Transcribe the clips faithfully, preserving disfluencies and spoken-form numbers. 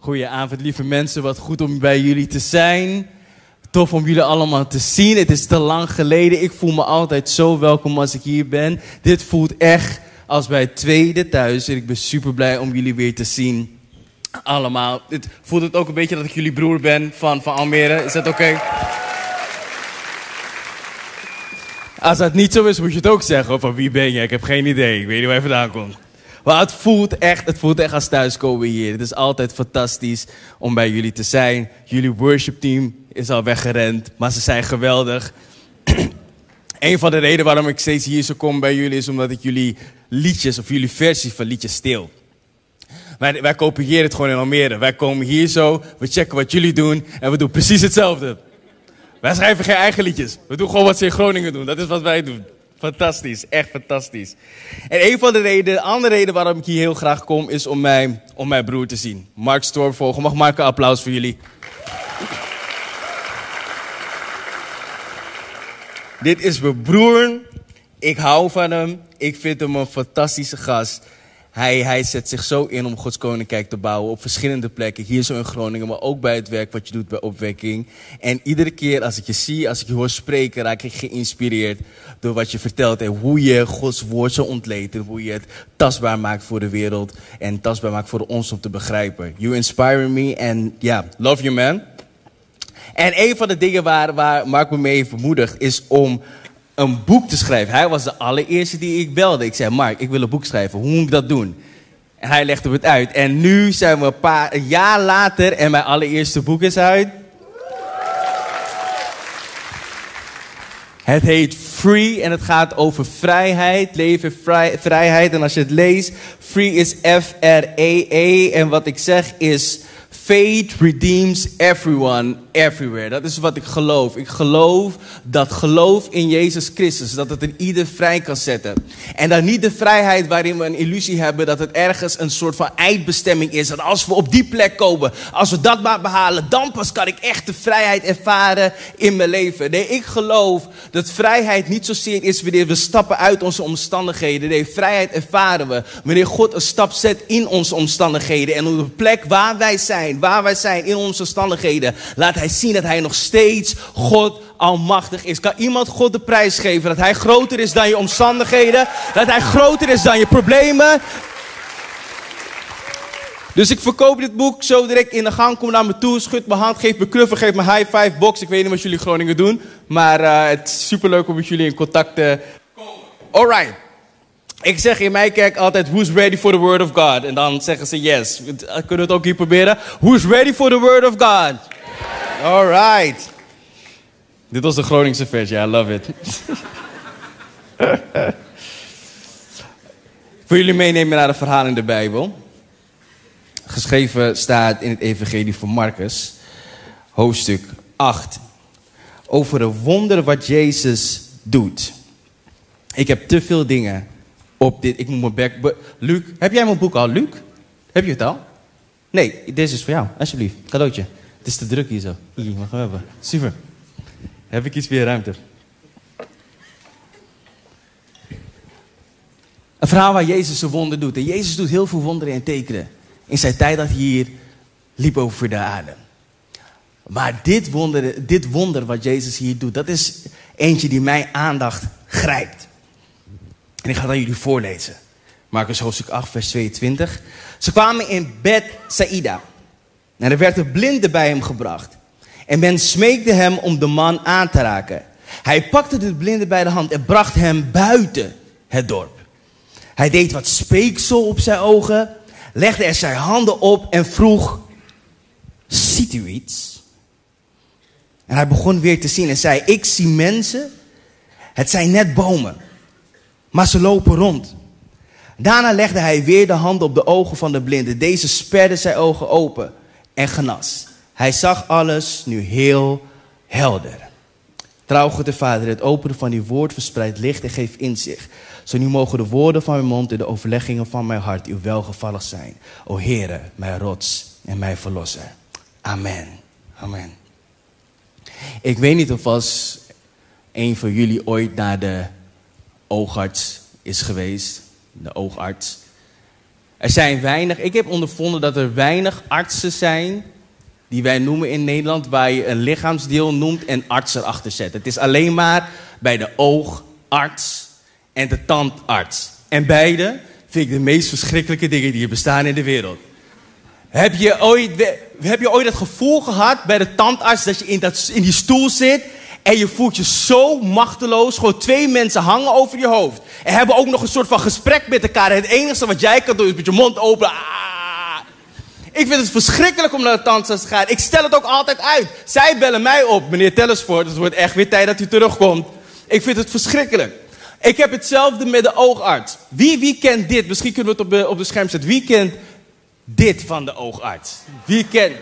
Goedenavond, lieve mensen. Wat goed om bij jullie te zijn. Tof om jullie allemaal te zien. Het is te lang geleden. Ik voel me altijd zo welkom als ik hier ben. Dit voelt echt als bij het tweede thuis. En ik ben super blij om jullie weer te zien. Allemaal. Het voelt het ook een beetje dat ik jullie broer ben van, van Almere. Is dat oké? Okay? Als dat niet zo is, moet je het ook zeggen. Van wie ben je? Ik heb geen idee. Ik weet niet waar je vandaan komt. Maar het voelt echt, het voelt echt als thuiskomen hier. Het is altijd fantastisch om bij jullie te zijn. Jullie worshipteam is al weggerend, maar ze zijn geweldig. Een van de redenen waarom ik steeds hier zo kom bij jullie is omdat ik jullie liedjes of jullie versie van liedjes steel. Wij, wij kopiëren het gewoon in Almere. Wij komen hier zo, we checken wat jullie doen en we doen precies hetzelfde. Wij schrijven geen eigen liedjes. We doen gewoon wat ze in Groningen doen. Dat is wat wij doen. Fantastisch, echt fantastisch. En een van de redenen, de andere reden waarom ik hier heel graag kom, is om mijn, om mijn broer te zien. Mark Stormvogel. Mag Mark een applaus voor jullie? Dit is mijn broer. Ik hou van hem. Ik vind hem een fantastische gast. Hij, hij zet zich zo in om Gods Koninkrijk te bouwen op verschillende plekken. Hier zo in Groningen, maar ook bij het werk wat je doet bij Opwekking. En iedere keer als ik je zie, als ik je hoor spreken, raak ik geïnspireerd door wat je vertelt. En hoe je Gods woord zo ontleedt. En hoe je het tastbaar maakt voor de wereld. En tastbaar maakt voor ons om te begrijpen. You inspire me and yeah, love you man. En een van de dingen waar, waar Mark me mee heeft bemoedigd is om een boek te schrijven. Hij was de allereerste die ik belde. Ik zei, Mark, ik wil een boek schrijven. Hoe moet ik dat doen? En hij legde het uit. En nu zijn we een paar een jaar later en mijn allereerste boek is uit. Het heet Free en het gaat over vrijheid, leven, vrij, vrijheid. En als je het leest, Free is F R E E. En wat ik zeg is, faith redeems everyone, everywhere. Dat is wat ik geloof. Ik geloof dat geloof in Jezus Christus, dat het een ieder vrij kan zetten. En dan niet de vrijheid waarin we een illusie hebben dat het ergens een soort van eindbestemming is. Dat als we op die plek komen, als we dat maar behalen, dan pas kan ik echt de vrijheid ervaren in mijn leven. Nee, ik geloof dat vrijheid niet zozeer is wanneer we stappen uit onze omstandigheden. Nee, vrijheid ervaren we wanneer God een stap zet in onze omstandigheden. En op de plek waar wij zijn, waar wij zijn in onze omstandigheden, laat hij zien dat hij nog steeds God almachtig is. Kan iemand God de prijs geven dat hij groter is dan je omstandigheden? Dat hij groter is dan je problemen? Dus ik verkoop dit boek zo direct in de gang. Kom naar me toe, schud mijn hand, geef me knuffel, geef me high five box. Ik weet niet wat jullie Groningen doen, maar uh, het is superleuk om met jullie in contact te komen. Alright. Ik zeg in mijn kerk altijd, who's ready for the word of God? En dan zeggen ze yes. Kunnen we het ook hier proberen? Who's ready for the word of God? Alright. Dit was de Groningse versie, I love it. Ik wil jullie meenemen naar een verhaal in de Bijbel. Geschreven staat in het evangelie van Marcus, hoofdstuk acht. Over een wonder wat Jezus doet. Ik heb te veel dingen op dit. Ik moet mijn bek. Be- Luc, heb jij mijn boek al, Luc? Heb je het al? Nee, deze is voor jou, alsjeblieft. Cadeautje. Het is te druk hier zo. Hier, mag we hebben. Super. Heb ik iets meer ruimte. Een verhaal waar Jezus een wonder doet. En Jezus doet heel veel wonderen en tekenen in zijn tijd dat hij hier liep over de aarde. Maar dit wonder, dit wonder wat Jezus hier doet, dat is eentje die mijn aandacht grijpt. En ik ga dat jullie voorlezen. Marcus hoofdstuk acht, vers tweeëntwintig. Ze kwamen in Bethsaida. En er werd een blinde bij hem gebracht. En men smeekte hem om de man aan te raken. Hij pakte de blinde bij de hand en bracht hem buiten het dorp. Hij deed wat speeksel op zijn ogen, legde er zijn handen op en vroeg, ziet u iets? En hij begon weer te zien en zei, ik zie mensen, het zijn net bomen, maar ze lopen rond. Daarna legde hij weer de handen op de ogen van de blinde. Deze sperde zijn ogen open en genas. Hij zag alles nu heel helder. Trouw God de Vader, het openen van uw woord verspreidt licht en geeft inzicht. Zo nu mogen de woorden van mijn mond en de overleggingen van mijn hart uw welgevallig zijn. O Heere, mijn rots en mijn verlosser. Amen. Amen. Ik weet niet of als een van jullie ooit naar de oogarts is geweest. De oogarts. Er zijn weinig, ik heb ondervonden dat er weinig artsen zijn die wij noemen in Nederland, waar je een lichaamsdeel noemt en arts erachter zet. Het is alleen maar bij de oogarts en de tandarts. En beide vind ik de meest verschrikkelijke dingen die er bestaan in de wereld. Heb je ooit, heb je ooit het gevoel gehad bij de tandarts dat je in, dat, in die stoel zit en je voelt je zo machteloos? Gewoon twee mensen hangen over je hoofd en hebben ook nog een soort van gesprek met elkaar. En het enige wat jij kan doen is met je mond open. Ah. Ik vind het verschrikkelijk om naar de tandarts te gaan. Ik stel het ook altijd uit. Zij bellen mij op, meneer Tellersvoort, het wordt echt weer tijd dat u terugkomt. Ik vind het verschrikkelijk. Ik heb hetzelfde met de oogarts. Wie, wie kent dit? Misschien kunnen we het op de, op de scherm zetten. Wie kent dit van de oogarts? Wie kent?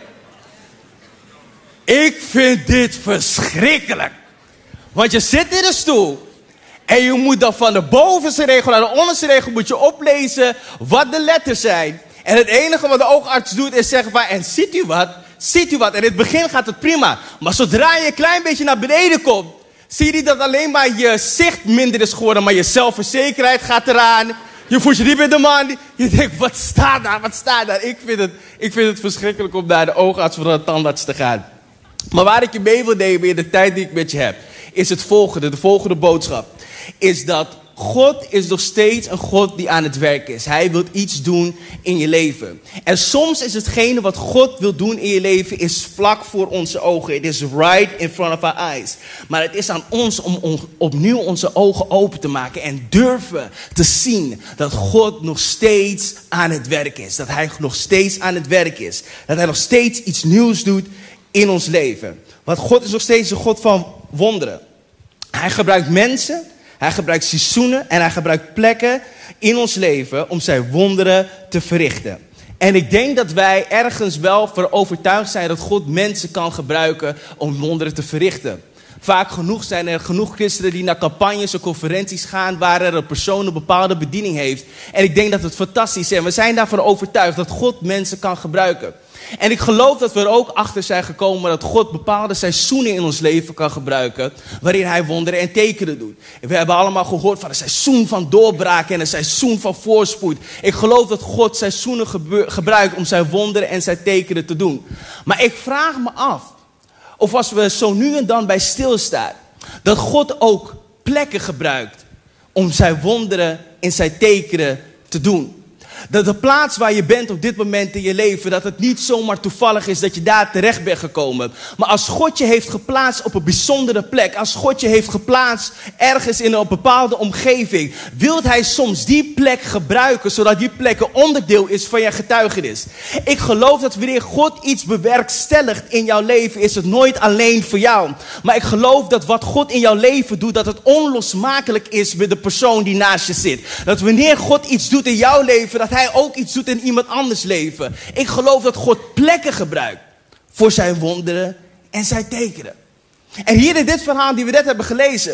Ik vind dit verschrikkelijk. Want je zit in een stoel en je moet dan van de bovenste regel naar de onderste regel moet je oplezen wat de letters zijn. En het enige wat de oogarts doet is zeggen van, en ziet u wat? Ziet u wat? En in het begin gaat het prima. Maar zodra je een klein beetje naar beneden komt, zie je dat alleen maar je zicht minder is geworden, maar je zelfverzekerheid gaat eraan. Je voelt je niet meer de man. Je denkt, wat staat daar? Wat staat daar? Ik vind het, ik vind het verschrikkelijk om naar de oogarts of naar de tandarts te gaan. Maar waar ik je mee wil nemen in de tijd die ik met je heb, is het volgende, de volgende boodschap. Is dat God is nog steeds een God die aan het werk is. Hij wil iets doen in je leven. En soms is hetgene wat God wil doen in je leven is vlak voor onze ogen. It is right in front of our eyes. Maar het is aan ons om on, opnieuw onze ogen open te maken en durven te zien dat God nog steeds aan het werk is. Dat hij nog steeds aan het werk is. Dat hij nog steeds iets nieuws doet in ons leven. Want God is nog steeds een God van wonderen. Hij gebruikt mensen, hij gebruikt seizoenen en hij gebruikt plekken in ons leven om zijn wonderen te verrichten. En ik denk dat wij ergens wel voor overtuigd zijn dat God mensen kan gebruiken om wonderen te verrichten. Vaak genoeg zijn er genoeg christenen die naar campagnes en conferenties gaan waar er een persoon een bepaalde bediening heeft. En ik denk dat het fantastisch is. En we zijn daarvan overtuigd dat God mensen kan gebruiken. En ik geloof dat we er ook achter zijn gekomen dat God bepaalde seizoenen in ons leven kan gebruiken, waarin hij wonderen en tekenen doet. En we hebben allemaal gehoord van een seizoen van doorbraak en een seizoen van voorspoed. Ik geloof dat God seizoenen gebruikt om zijn wonderen en zijn tekenen te doen. Maar ik vraag me af, of als we zo nu en dan bij stilstaan, dat God ook plekken gebruikt om zijn wonderen en zijn tekenen te doen. Dat de plaats waar je bent op dit moment in je leven, dat het niet zomaar toevallig is dat je daar terecht bent gekomen. Maar als God je heeft geplaatst op een bijzondere plek, als God je heeft geplaatst ergens in een bepaalde omgeving, wil hij soms die plek gebruiken, zodat die plek een onderdeel is van je getuigenis. Ik geloof dat wanneer God iets bewerkstelligt in jouw leven, is het nooit alleen voor jou. Maar ik geloof dat wat God in jouw leven doet, dat het onlosmakelijk is met de persoon die naast je zit. Dat wanneer God iets doet in jouw leven, dat hij ook iets doet in iemand anders leven. Ik geloof dat God plekken gebruikt voor zijn wonderen en zijn tekenen. En hier in dit verhaal die we net hebben gelezen,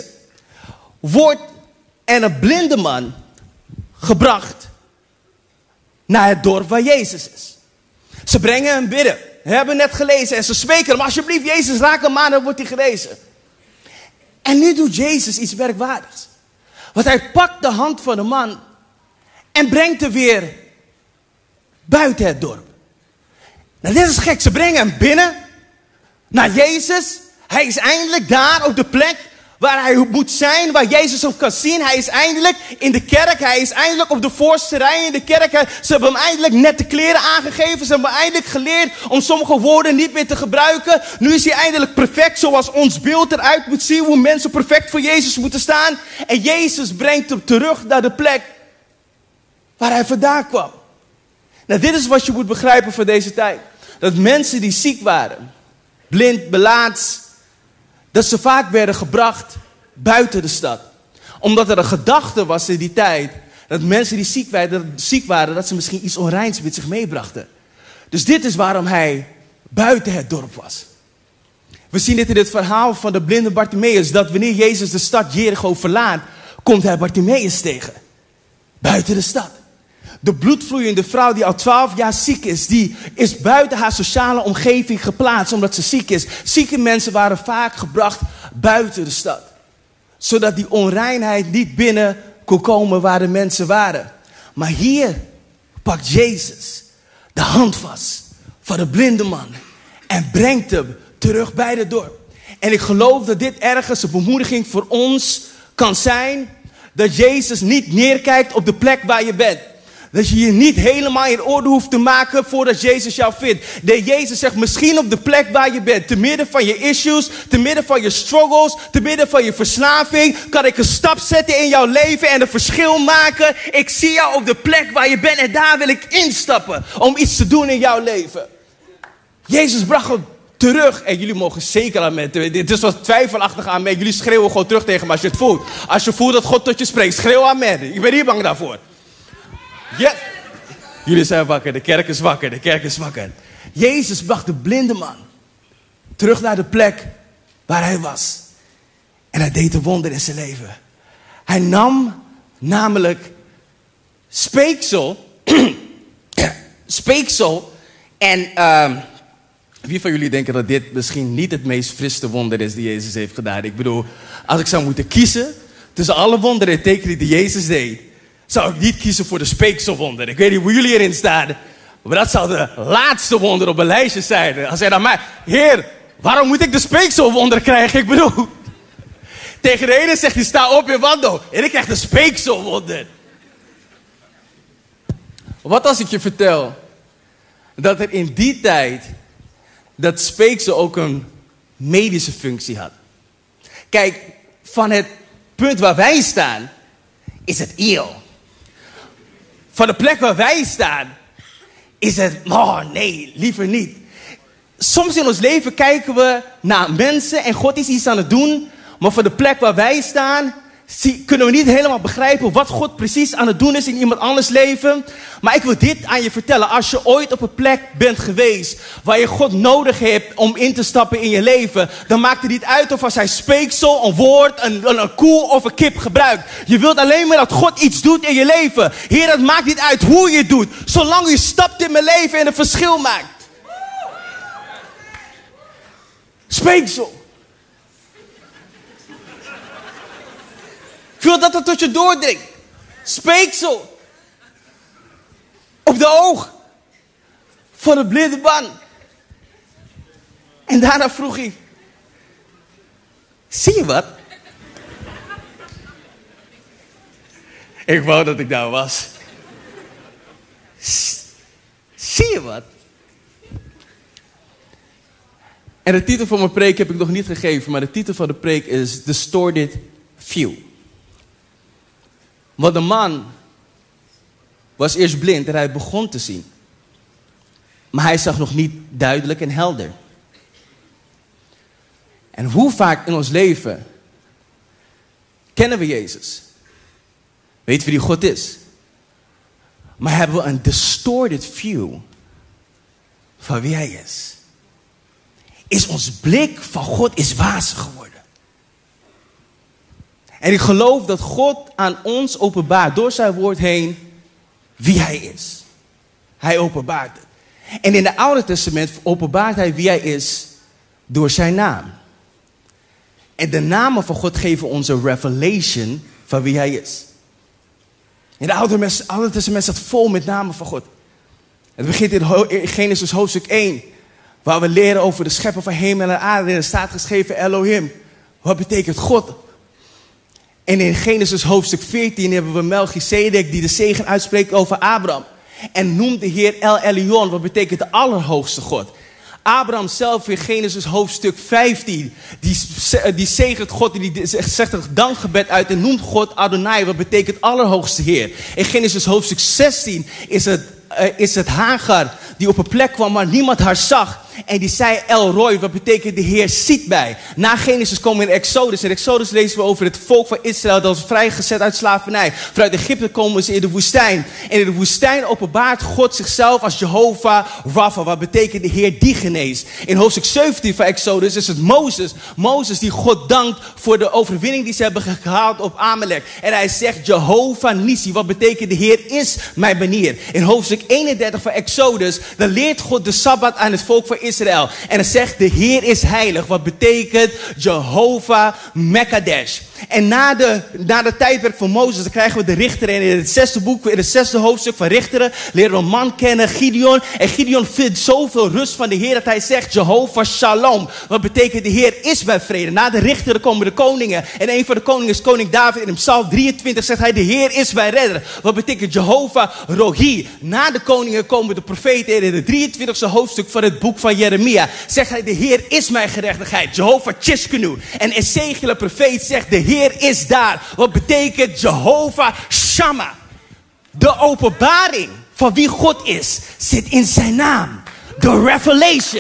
wordt er een blinde man gebracht naar het dorp waar Jezus is. Ze brengen hem binnen. We hebben net gelezen en ze smeken hem, alsjeblieft Jezus, raak hem aan, dan wordt hij genezen. En nu doet Jezus iets merkwaardigs. Want hij pakt de hand van de man en brengt hem weer buiten het dorp. Nou, dit is gek. Ze brengen hem binnen naar Jezus. Hij is eindelijk daar op de plek waar hij moet zijn, waar Jezus hem kan zien. Hij is eindelijk in de kerk. Hij is eindelijk op de voorste rij in de kerk. Ze hebben hem eindelijk nette kleren aangegeven. Ze hebben hem eindelijk geleerd om sommige woorden niet meer te gebruiken. Nu is hij eindelijk perfect, zoals ons beeld eruit moet zien. Hoe mensen perfect voor Jezus moeten staan. En Jezus brengt hem terug naar de plek waar hij vandaan kwam. Nou, dit is wat je moet begrijpen van deze tijd. Dat mensen die ziek waren, blind, belaats, dat ze vaak werden gebracht buiten de stad. Omdat er een gedachte was in die tijd, dat mensen die ziek waren, ziek waren, dat ze misschien iets onreins met zich meebrachten. Dus dit is waarom hij buiten het dorp was. We zien dit in het verhaal van de blinde Bartimaeus, dat wanneer Jezus de stad Jericho verlaat, komt hij Bartimaeus tegen. Buiten de stad. De bloedvloeiende vrouw die al twaalf jaar ziek is, die is buiten haar sociale omgeving geplaatst omdat ze ziek is. Zieke mensen waren vaak gebracht buiten de stad. Zodat die onreinheid niet binnen kon komen waar de mensen waren. Maar hier pakt Jezus de hand vast van de blinde man en brengt hem terug bij het dorp. En ik geloof dat dit ergens een bemoediging voor ons kan zijn, dat Jezus niet neerkijkt op de plek waar je bent. Dat je je niet helemaal in orde hoeft te maken voordat Jezus jou vindt. Dat Jezus zegt, misschien op de plek waar je bent, te midden van je issues, te midden van je struggles, te midden van je verslaving, kan ik een stap zetten in jouw leven en een verschil maken. Ik zie jou op de plek waar je bent en daar wil ik instappen om iets te doen in jouw leven. Jezus bracht hem terug. En jullie mogen zeker aan met. Dit is wat twijfelachtig aan mij. Jullie schreeuwen gewoon terug tegen me als je het voelt. Als je voelt dat God tot je spreekt, schreeuw aan mij. Ik ben niet bang daarvoor. Yes. Jullie zijn wakker, de kerk is wakker, de kerk is wakker. Jezus bracht de blinde man terug naar de plek waar hij was. En hij deed een wonder in zijn leven. Hij nam namelijk speeksel, speeksel en uh, wie van jullie denken dat dit misschien niet het meest frisse wonder is die Jezus heeft gedaan? Ik bedoel, als ik zou moeten kiezen tussen alle wonderen en tekenen die Jezus deed, zou ik niet kiezen voor de speekselwonder. Ik weet niet hoe jullie erin staan, maar dat zou de laatste wonder op een lijstje zijn. Als hij dan mij, Heer, waarom moet ik de speekselwonder krijgen? Ik bedoel, tegen de ene zegt hij, sta op en wandel. En ik krijg de speekselwonder. Wat als ik je vertel dat er in die tijd dat speeksel ook een medische functie had. Kijk, van het punt waar wij staan, is het eeuw. Van de plek waar wij staan, is het, oh nee, liever niet. Soms in ons leven kijken we naar mensen en God is iets aan het doen. Maar van de plek waar wij staan, zie, kunnen we niet helemaal begrijpen wat God precies aan het doen is in iemand anders leven. Maar ik wil dit aan je vertellen. Als je ooit op een plek bent geweest waar je God nodig hebt om in te stappen in je leven, dan maakt het niet uit of als hij speeksel, een woord, een, een, een koe of een kip gebruikt. Je wilt alleen maar dat God iets doet in je leven. Heer, het maakt niet uit hoe je het doet, zolang je stapt in mijn leven en een verschil maakt. Speeksel. Ik wil dat het tot je doordringt. Speeksel. Op de oog. Van de blinde man. En daarna vroeg hij. Zie je wat? Ik wou dat ik daar was. Zie je wat? En de titel van mijn preek heb ik nog niet gegeven. Maar de titel van de preek is Distorted View. Want de man was eerst blind en hij begon te zien. Maar hij zag nog niet duidelijk en helder. En hoe vaak in ons leven kennen we Jezus? Weten we wie God is? Maar hebben we een distorted view van wie hij is? Is ons blik van God is wazig geworden? En ik geloof dat God aan ons openbaart door zijn woord heen wie hij is. Hij openbaart het. En in het Oude Testament openbaart hij wie hij is door zijn naam. En de namen van God geven ons een revelation van wie hij is. In het Oude, Oude Testament staat vol met namen van God. Het begint in Genesis hoofdstuk één. Waar we leren over de schepper van hemel en aarde. En er staat geschreven Elohim. Wat betekent God? En in Genesis hoofdstuk veertien hebben we Melchizedek die de zegen uitspreekt over Abraham. En noemt de Heer El Elyon, wat betekent de allerhoogste God. Abraham zelf in Genesis hoofdstuk vijftien, die, die zegent God, die zegt het dankgebed uit en noemt God Adonai, wat betekent allerhoogste Heer. In Genesis hoofdstuk zestien is het, uh, is het Hagar die op een plek kwam waar niemand haar zag. En die zei El Roi, wat betekent de Heer ziet mij. Na Genesis komen we in Exodus. In Exodus lezen we over het volk van Israël dat was vrijgezet uit slavernij. Vanuit Egypte komen ze in de woestijn. En in de woestijn openbaart God zichzelf als Jehovah Rapha, wat betekent de Heer die geneest. In hoofdstuk zeventien van Exodus is het Mozes. Mozes die God dankt voor de overwinning die ze hebben gehaald op Amalek. En hij zegt Jehovah Nissi, wat betekent de Heer is mijn banier. In hoofdstuk eenendertig van Exodus, dan leert God de Sabbat aan het volk van Israël. En hij zegt de Heer is heilig, wat betekent Jehovah Mekadesh. En na de, na de tijdperk van Mozes, dan krijgen we de richteren. En in het zesde boek, in het zesde hoofdstuk van richteren, leren we een man kennen, Gideon. En Gideon vindt zoveel rust van de Heer dat hij zegt, Jehovah Shalom. Wat betekent de Heer is mijn vrede. Na de richteren komen de koningen. En een van de koningen is koning David. In Psalm drieëntwintig zegt hij, de Heer is mijn redder. Wat betekent Jehovah Rohi. Na de koningen komen de profeten. In het drieëntwintigste hoofdstuk van het boek van Jeremia zegt hij, de Heer is mijn gerechtigheid. Jehovah Tjiskenu. En Ezekiel, de profeet, zegt, de Heer is daar. Wat betekent Jehovah Shammah. De openbaring van wie God is, zit in zijn naam. De revelation.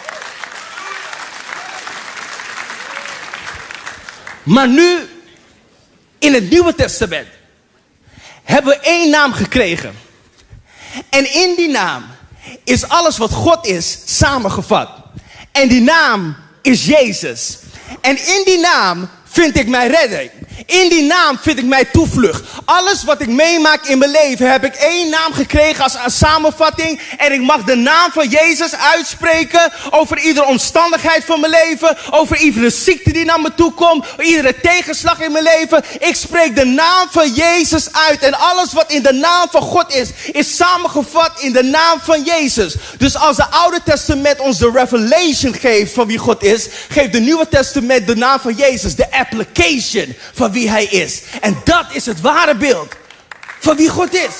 Maar nu, in het Nieuwe Testament, hebben we één naam gekregen. En in die naam is alles wat God is samengevat. En die naam is Jezus. En in die naam vind ik mijn redding. In die naam vind ik mijn toevlucht. Alles wat ik meemaak in mijn leven heb ik één naam gekregen als een samenvatting. En ik mag de naam van Jezus uitspreken over iedere omstandigheid van mijn leven. Over iedere ziekte die naar me toe komt. Iedere tegenslag in mijn leven. Ik spreek de naam van Jezus uit. En alles wat in de naam van God is, is samengevat in de naam van Jezus. Dus als het Oude Testament ons de revelation geeft van wie God is, geeft de Nieuwe Testament de naam van Jezus, de application van wie hij is. En dat is het ware beeld van wie God is.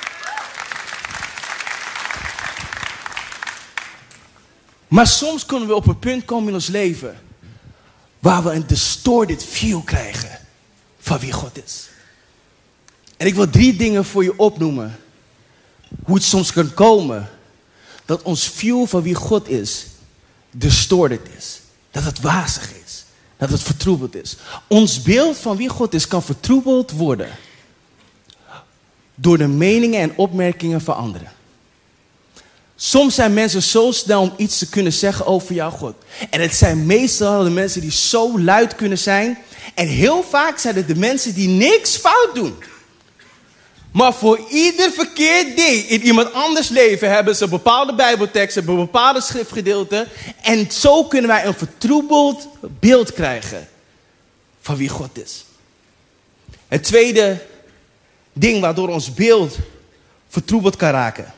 Maar soms kunnen we op een punt komen in ons leven waar we een distorted view krijgen van wie God is. En ik wil drie dingen voor je opnoemen. Hoe het soms kan komen dat ons view van wie God is distorted is. Dat het wazig is. Dat het vertroebeld is. Ons beeld van wie God is kan vertroebeld worden door de meningen en opmerkingen van anderen. Soms zijn mensen zo snel om iets te kunnen zeggen over jouw God. En het zijn meestal de mensen die zo luid kunnen zijn. En heel vaak zijn het de mensen die niks fout doen. Maar voor ieder verkeerd ding in iemand anders leven hebben ze een bepaalde bijbeltekst, hebben een bepaalde schriftgedeelte. En zo kunnen wij een vertroebeld beeld krijgen van wie God is. Het tweede ding waardoor ons beeld vertroebeld kan raken,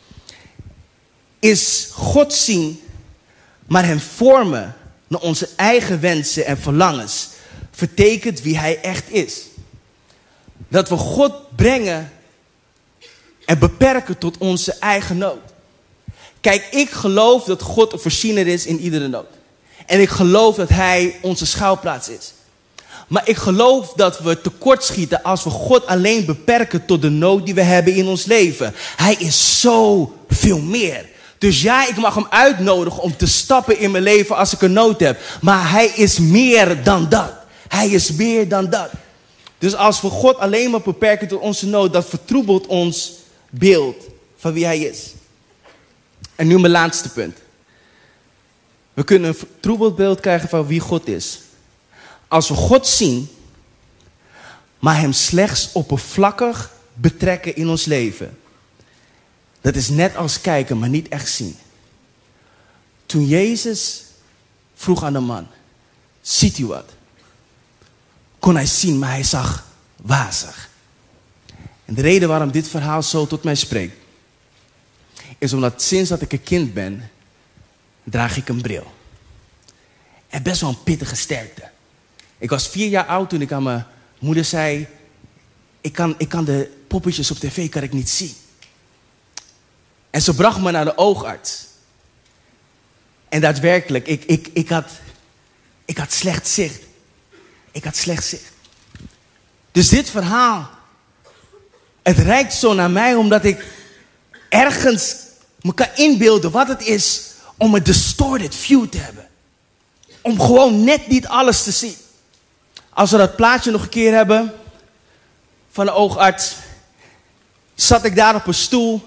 is God zien, maar hem vormen naar onze eigen wensen en verlangens, vertekent wie hij echt is. Dat we God brengen en beperken tot onze eigen nood. Kijk, ik geloof dat God een voorziener is in iedere nood. En ik geloof dat hij onze schuilplaats is. Maar ik geloof dat we tekortschieten als we God alleen beperken tot de nood die we hebben in ons leven. Hij is zo veel meer. Dus ja, ik mag hem uitnodigen om te stappen in mijn leven als ik een nood heb. Maar hij is meer dan dat. Hij is meer dan dat. Dus als we God alleen maar beperken tot onze nood, dat vertroebelt ons beeld van wie hij is. En nu mijn laatste punt. We kunnen een vertroebeld beeld krijgen van wie God is. Als we God zien, maar hem slechts oppervlakkig betrekken in ons leven. Dat is net als kijken, maar niet echt zien. Toen Jezus vroeg aan de man, ziet u wat? Kon hij zien, maar hij zag wazig. En de reden waarom dit verhaal zo tot mij spreekt, is omdat sinds dat ik een kind ben, draag ik een bril. En best wel een pittige sterkte. Ik was vier jaar oud toen ik aan mijn moeder zei, ik kan, ik kan de poppetjes op tv kan ik niet zien. En ze bracht me naar de oogarts. En daadwerkelijk, ik, ik, ik, had, ik had slecht zicht. Ik had slecht zicht. Dus dit verhaal, het reikt zo naar mij omdat ik ergens me kan inbeelden wat het is om een distorted view te hebben. Om gewoon net niet alles te zien. Als we dat plaatje nog een keer hebben van de oogarts, zat ik daar op een stoel.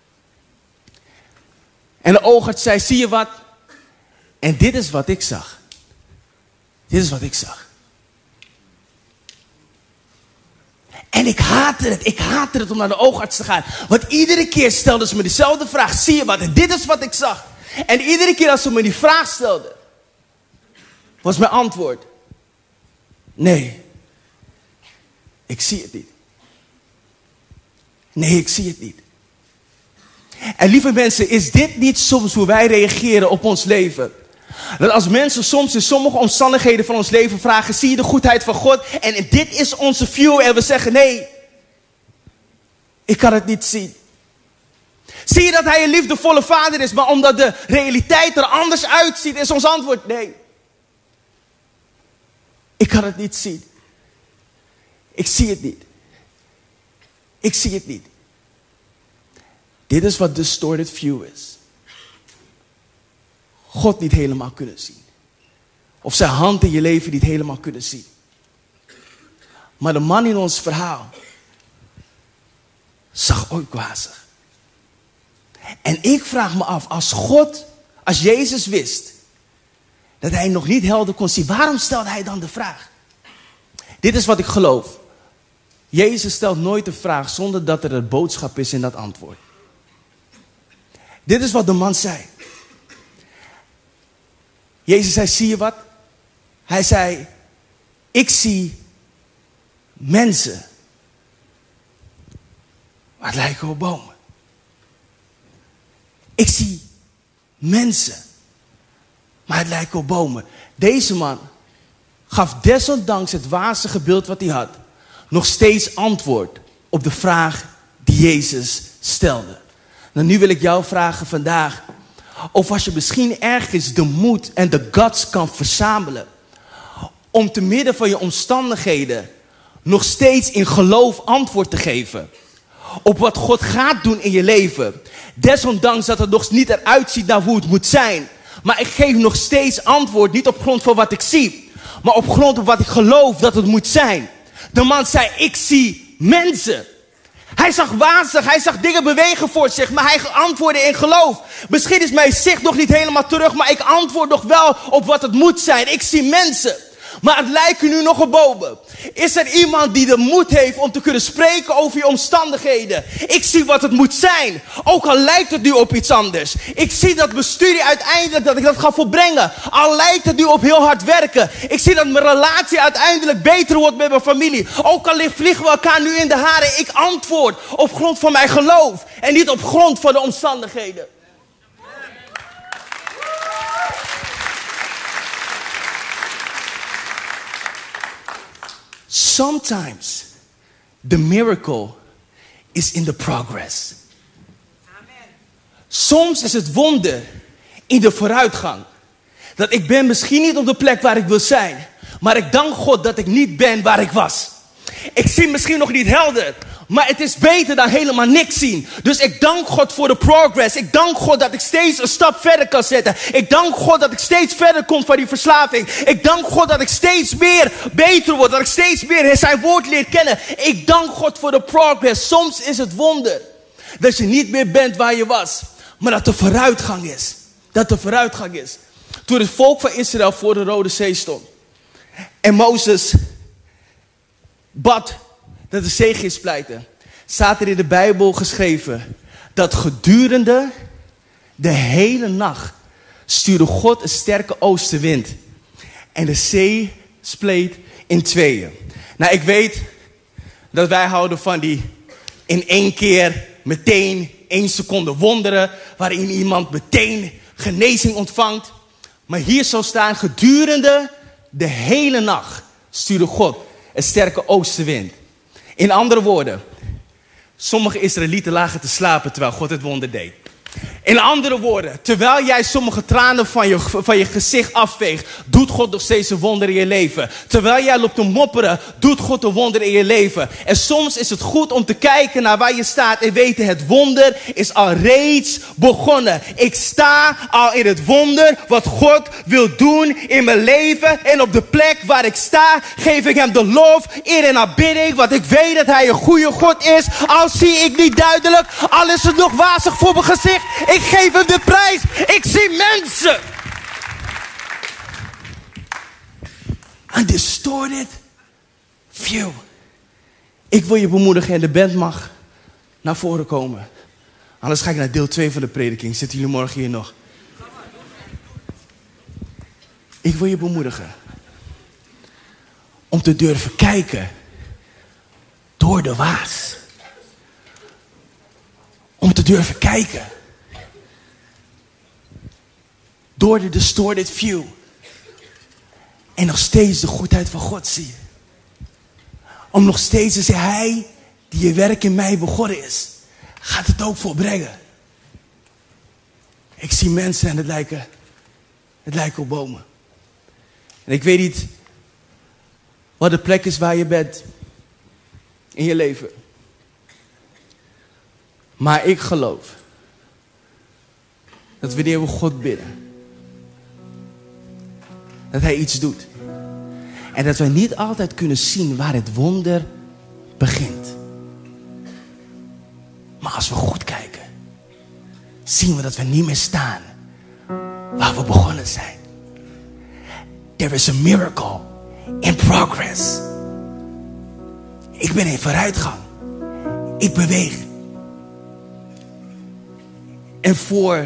En de oogarts zei, zie je wat? En dit is wat ik zag. Dit is wat ik zag. En ik haatte het. Ik haatte het om naar de oogarts te gaan. Want iedere keer stelden ze me dezelfde vraag. Zie je wat? En dit is wat ik zag. En iedere keer als ze me die vraag stelden, was mijn antwoord: nee, Ik zie het niet. Nee, ik zie het niet. En lieve mensen, is dit niet soms hoe wij reageren op ons leven? Dat als mensen soms in sommige omstandigheden van ons leven vragen, zie je de goedheid van God? En dit is onze view en we zeggen, nee, ik kan het niet zien. Zie je dat hij een liefdevolle vader is, maar omdat de realiteit er anders uitziet, is ons antwoord nee. Ik kan het niet zien. Ik zie het niet. Ik zie het niet. Dit is wat distorted view is. God niet helemaal kunnen zien. Of zijn hand in je leven niet helemaal kunnen zien. Maar de man in ons verhaal zag ooit wazig. En ik vraag me af, als God, als Jezus wist dat hij nog niet helder kon zien, waarom stelde hij dan de vraag? Dit is wat ik geloof. Jezus stelt nooit de vraag zonder dat er een boodschap is in dat antwoord. Dit is wat de man zei. Jezus zei, zie je wat? Hij zei, ik zie mensen. Maar het lijken op bomen. Ik zie mensen. Maar het lijken op bomen. Deze man gaf desondanks het wazige beeld wat hij had, nog steeds antwoord op de vraag die Jezus stelde. Nou, nu wil ik jou vragen vandaag, of als je misschien ergens de moed en de guts kan verzamelen, om te midden van je omstandigheden nog steeds in geloof antwoord te geven op wat God gaat doen in je leven. Desondanks dat het nog niet eruit ziet naar hoe het moet zijn. Maar ik geef nog steeds antwoord, niet op grond van wat ik zie, maar op grond van wat ik geloof dat het moet zijn. De man zei, ik zie mensen. Hij zag wazig, hij zag dingen bewegen voor zich, maar hij antwoordde in geloof. Misschien is mijn zicht nog niet helemaal terug, maar ik antwoord nog wel op wat het moet zijn. Ik zie mensen. Maar het lijken nu nog op bomen. Is er iemand die de moed heeft om te kunnen spreken over je omstandigheden? Ik zie wat het moet zijn. Ook al lijkt het nu op iets anders. Ik zie dat mijn studie uiteindelijk, dat ik dat ga volbrengen. Al lijkt het nu op heel hard werken. Ik zie dat mijn relatie uiteindelijk beter wordt met mijn familie. Ook al vliegen we elkaar nu in de haren. Ik antwoord op grond van mijn geloof. En niet op grond van de omstandigheden. Sometimes the miracle is in the progress. Amen. Soms is het wonder in de vooruitgang. Dat ik ben misschien niet op de plek waar ik wil zijn, maar ik dank God dat ik niet ben waar ik was. Ik zie misschien nog niet helder, maar het is beter dan helemaal niks zien. Dus ik dank God voor de progress. Ik dank God dat ik steeds een stap verder kan zetten. Ik dank God dat ik steeds verder kom van die verslaving. Ik dank God dat ik steeds meer beter word. Dat ik steeds meer zijn woord leer kennen. Ik dank God voor de progress. Soms is het wonder dat je niet meer bent waar je was, maar dat er vooruitgang is. Dat er vooruitgang is. Toen het volk van Israël voor de Rode Zee stond en Mozes bad dat de zee ging splijten, staat er in de Bijbel geschreven dat gedurende de hele nacht stuurde God een sterke oostenwind en de zee spleet in tweeën. Nou, ik weet dat wij houden van die in één keer meteen één seconde wonderen waarin iemand meteen genezing ontvangt. Maar hier zou staan, gedurende de hele nacht stuurde God een sterke oostenwind. In andere woorden, sommige Israëlieten lagen te slapen terwijl God het wonder deed. In andere woorden, terwijl jij sommige tranen van je, van je gezicht afveegt, doet God nog steeds een wonder in je leven. Terwijl jij loopt te mopperen, doet God een wonder in je leven. En soms is het goed om te kijken naar waar je staat en weten, het wonder is al reeds begonnen. Ik sta al in het wonder wat God wil doen in mijn leven. En op de plek waar ik sta, geef ik hem de lof, eer en aanbidding. Want ik weet dat hij een goede God is. Al zie ik niet duidelijk, al is het nog wazig voor mijn gezicht. Ik geef hem de prijs. Ik zie mensen. Een distorted view. Ik wil je bemoedigen en de band mag naar voren komen. Anders ga ik naar deel twee van de prediking. Zitten jullie morgen hier nog? Ik wil je bemoedigen om te durven kijken door de waas. Om te durven kijken. Door de distorted view. En nog steeds de goedheid van God zien. Om nog steeds te zeggen, hij die je werk in mij begonnen is, gaat het ook volbrengen. Ik zie mensen en het lijken, het lijken op bomen. En ik weet niet wat de plek is waar je bent in je leven. Maar ik geloof dat wanneer we God bidden, dat hij iets doet. En dat wij niet altijd kunnen zien waar het wonder begint. Maar als we goed kijken, zien we dat we niet meer staan waar we begonnen zijn. There is a miracle in progress. Ik ben in vooruitgang. Ik beweeg. En voor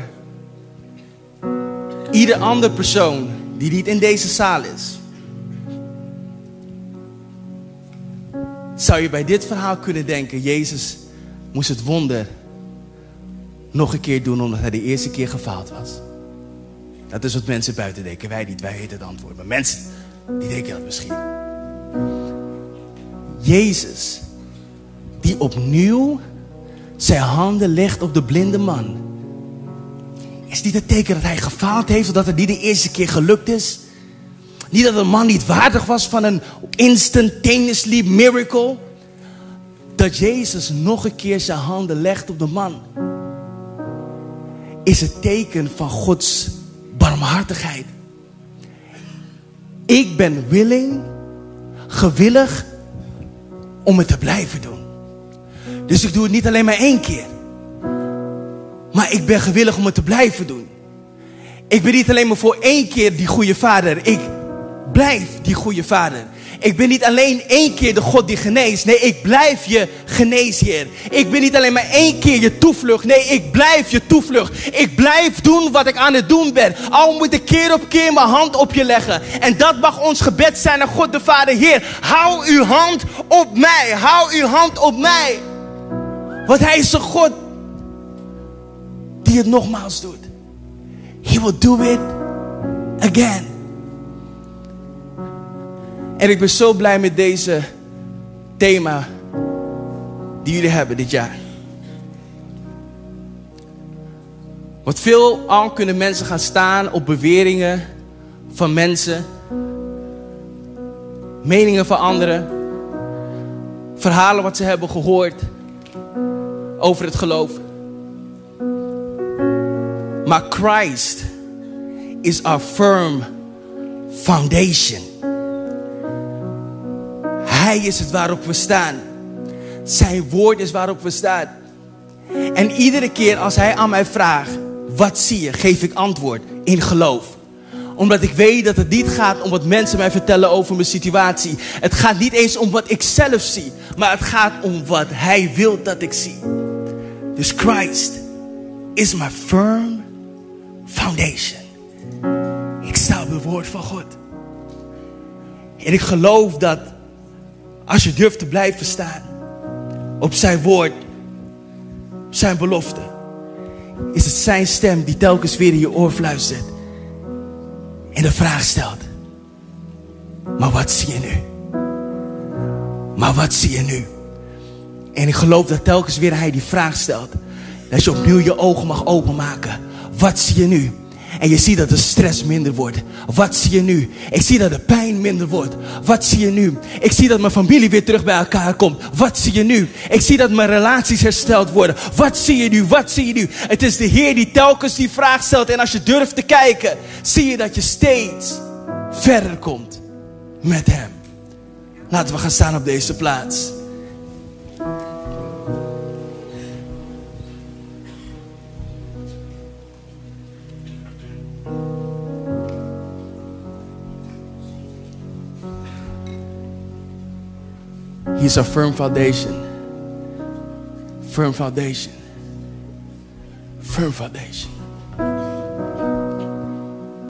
ieder andere persoon die niet in deze zaal is, zou je bij dit verhaal kunnen denken, Jezus moest het wonder nog een keer doen omdat hij de eerste keer gefaald was. Dat is wat mensen buiten denken. Wij niet, wij weten het antwoord. Maar mensen, die denken dat misschien. Jezus, die opnieuw zijn handen legt op de blinde man, is niet het teken dat hij gefaald heeft, of dat het niet de eerste keer gelukt is. Niet dat de man niet waardig was van een instantaneously miracle. Dat Jezus nog een keer zijn handen legt op de man, is het teken van Gods barmhartigheid. Ik ben willing, gewillig om het te blijven doen. Dus ik doe het niet alleen maar één keer. Maar ik ben gewillig om het te blijven doen. Ik ben niet alleen maar voor één keer die goede vader. Ik blijf die goede vader. Ik ben niet alleen één keer de God die geneest. Nee, ik blijf je geneesheer. Ik ben niet alleen maar één keer je toevlucht. Nee, ik blijf je toevlucht. Ik blijf doen wat ik aan het doen ben. Al moet ik keer op keer mijn hand op je leggen. En dat mag ons gebed zijn naar God de Vader. Heer, hou uw hand op mij. Hou uw hand op mij. Want hij is een God die het nogmaals doet. He will do it again. En ik ben zo blij met deze thema die jullie hebben dit jaar. Want veelal kunnen mensen gaan staan op beweringen van mensen, meningen van anderen, verhalen wat ze hebben gehoord over het geloof. Maar Christ is our firm foundation. Hij is het waarop we staan. Zijn woord is waarop we staan. En iedere keer als hij aan mij vraagt, wat zie je? Geef ik antwoord in geloof. Omdat ik weet dat het niet gaat om wat mensen mij vertellen over mijn situatie. Het gaat niet eens om wat ik zelf zie. Maar het gaat om wat hij wil dat ik zie. Dus Christ is my firm foundation. Ik sta op het woord van God. En ik geloof dat als je durft te blijven staan op zijn woord, zijn belofte, is het zijn stem die telkens weer in je oor fluistert en de vraag stelt: maar wat zie je nu? Maar wat zie je nu? En ik geloof dat telkens weer hij die vraag stelt, dat je opnieuw je ogen mag openmaken. Wat zie je nu? En je ziet dat de stress minder wordt. Wat zie je nu? Ik zie dat de pijn minder wordt. Wat zie je nu? Ik zie dat mijn familie weer terug bij elkaar komt. Wat zie je nu? Ik zie dat mijn relaties hersteld worden. Wat zie je nu? Wat zie je nu? Het is de Heer die telkens die vraag stelt. En als je durft te kijken, zie je dat je steeds verder komt met hem. Laten we gaan staan op deze plaats. He's a firm foundation. Firm foundation. Firm foundation.